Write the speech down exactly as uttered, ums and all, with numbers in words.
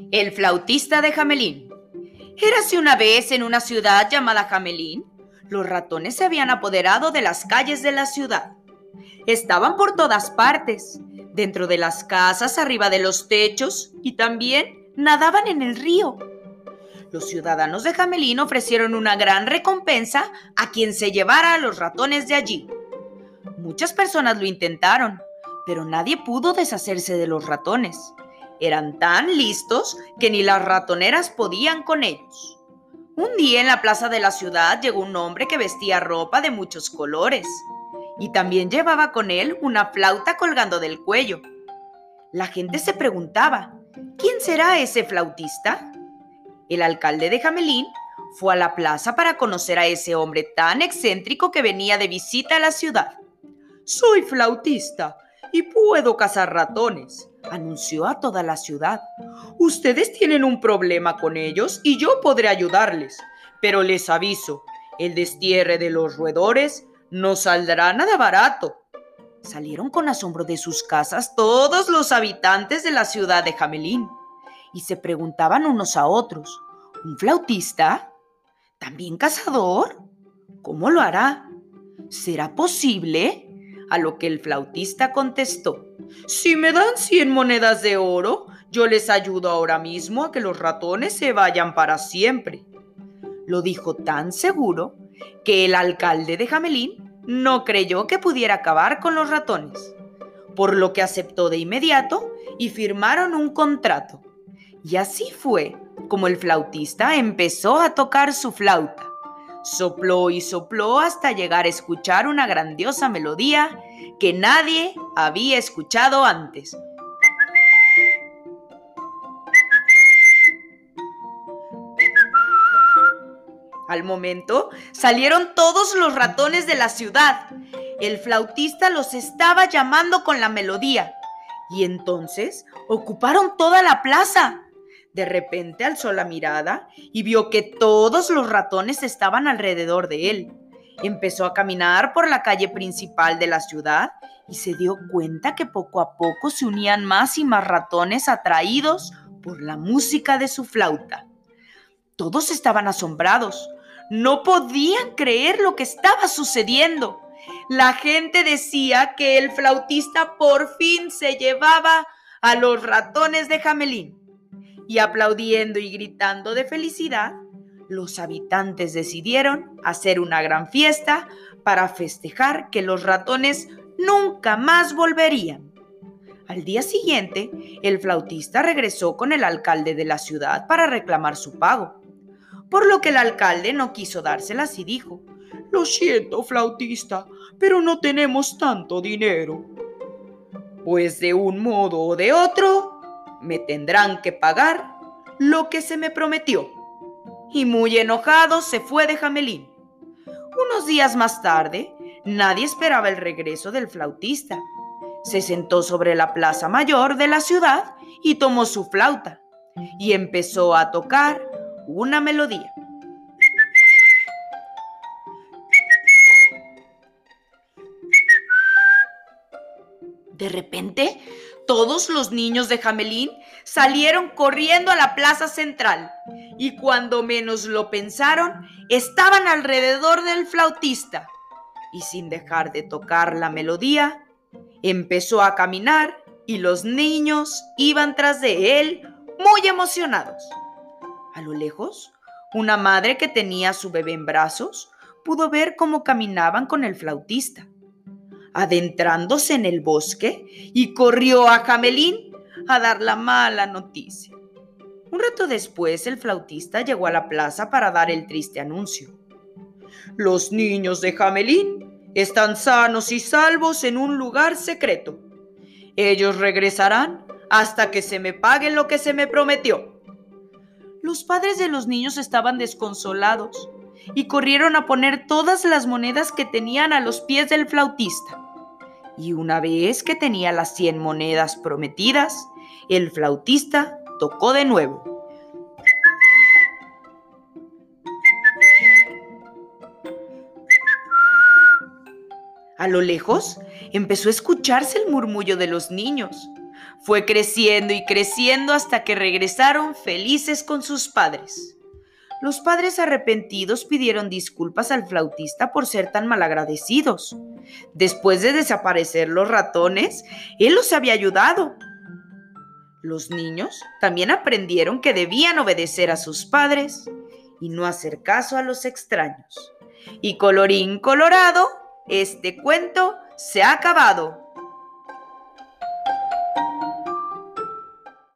El flautista de Hamelín. Érase una vez en una ciudad llamada Hamelín. Los ratones se habían apoderado de las calles de la ciudad. Estaban por todas partes, dentro de las casas, arriba de los techos y también nadaban en el río. Los ciudadanos de Hamelín ofrecieron una gran recompensa a quien se llevara a los ratones de allí. Muchas personas lo intentaron, pero nadie pudo deshacerse de los ratones. Eran tan listos que ni las ratoneras podían con ellos. Un día en la plaza de la ciudad llegó un hombre que vestía ropa de muchos colores y también llevaba con él una flauta colgando del cuello. La gente se preguntaba, ¿quién será ese flautista? El alcalde de Hamelín fue a la plaza para conocer a ese hombre tan excéntrico que venía de visita a la ciudad. «Soy flautista y puedo cazar ratones», anunció a toda la ciudad. «Ustedes tienen un problema con ellos y yo podré ayudarles, pero les aviso, el destierre de los roedores no saldrá nada barato». Salieron con asombro de sus casas todos los habitantes de la ciudad de Hamelín y se preguntaban unos a otros, ¿un flautista? ¿También cazador? ¿Cómo lo hará? ¿Será posible? A lo que el flautista contestó, «Si me dan cien monedas de oro, yo les ayudo ahora mismo a que los ratones se vayan para siempre». Lo dijo tan seguro que el alcalde de Hamelín no creyó que pudiera acabar con los ratones, por lo que aceptó de inmediato y firmaron un contrato. Y así fue como el flautista empezó a tocar su flauta. Sopló y sopló hasta llegar a escuchar una grandiosa melodía que nadie había escuchado antes. Al momento salieron todos los ratones de la ciudad. El flautista los estaba llamando con la melodía y entonces ocuparon toda la plaza. De repente alzó la mirada y vio que todos los ratones estaban alrededor de él. Empezó a caminar por la calle principal de la ciudad y se dio cuenta que poco a poco se unían más y más ratones atraídos por la música de su flauta. Todos estaban asombrados. No podían creer lo que estaba sucediendo. La gente decía que el flautista por fin se llevaba a los ratones de Hamelín. Y aplaudiendo y gritando de felicidad, los habitantes decidieron hacer una gran fiesta para festejar que los ratones nunca más volverían. Al día siguiente, el flautista regresó con el alcalde de la ciudad para reclamar su pago, por lo que el alcalde no quiso dárselas y dijo, «Lo siento, flautista, pero no tenemos tanto dinero». «Pues de un modo o de otro, me tendrán que pagar lo que se me prometió». Y muy enojado se fue de Hamelín. Unos días más tarde, nadie esperaba el regreso del flautista. Se sentó sobre la plaza mayor de la ciudad y tomó su flauta y empezó a tocar una melodía. De repente, todos los niños de Hamelín salieron corriendo a la plaza central y cuando menos lo pensaron, estaban alrededor del flautista. Y sin dejar de tocar la melodía, empezó a caminar y los niños iban tras de él muy emocionados. A lo lejos, una madre que tenía a su bebé en brazos pudo ver cómo caminaban con el flautista, adentrándose en el bosque, y corrió a Hamelín a dar la mala noticia. Un rato después, el flautista llegó a la plaza para dar el triste anuncio. «Los niños de Hamelín están sanos y salvos en un lugar secreto. Ellos regresarán hasta que se me pague lo que se me prometió». Los padres de los niños estaban desconsolados y corrieron a poner todas las monedas que tenían a los pies del flautista. Y una vez que tenía las cien monedas prometidas, el flautista tocó de nuevo. A lo lejos empezó a escucharse el murmullo de los niños. Fue creciendo y creciendo hasta que regresaron felices con sus padres. Los padres arrepentidos pidieron disculpas al flautista por ser tan malagradecidos. Después de desaparecer los ratones, él los había ayudado. Los niños también aprendieron que debían obedecer a sus padres y no hacer caso a los extraños. Y colorín colorado, este cuento se ha acabado.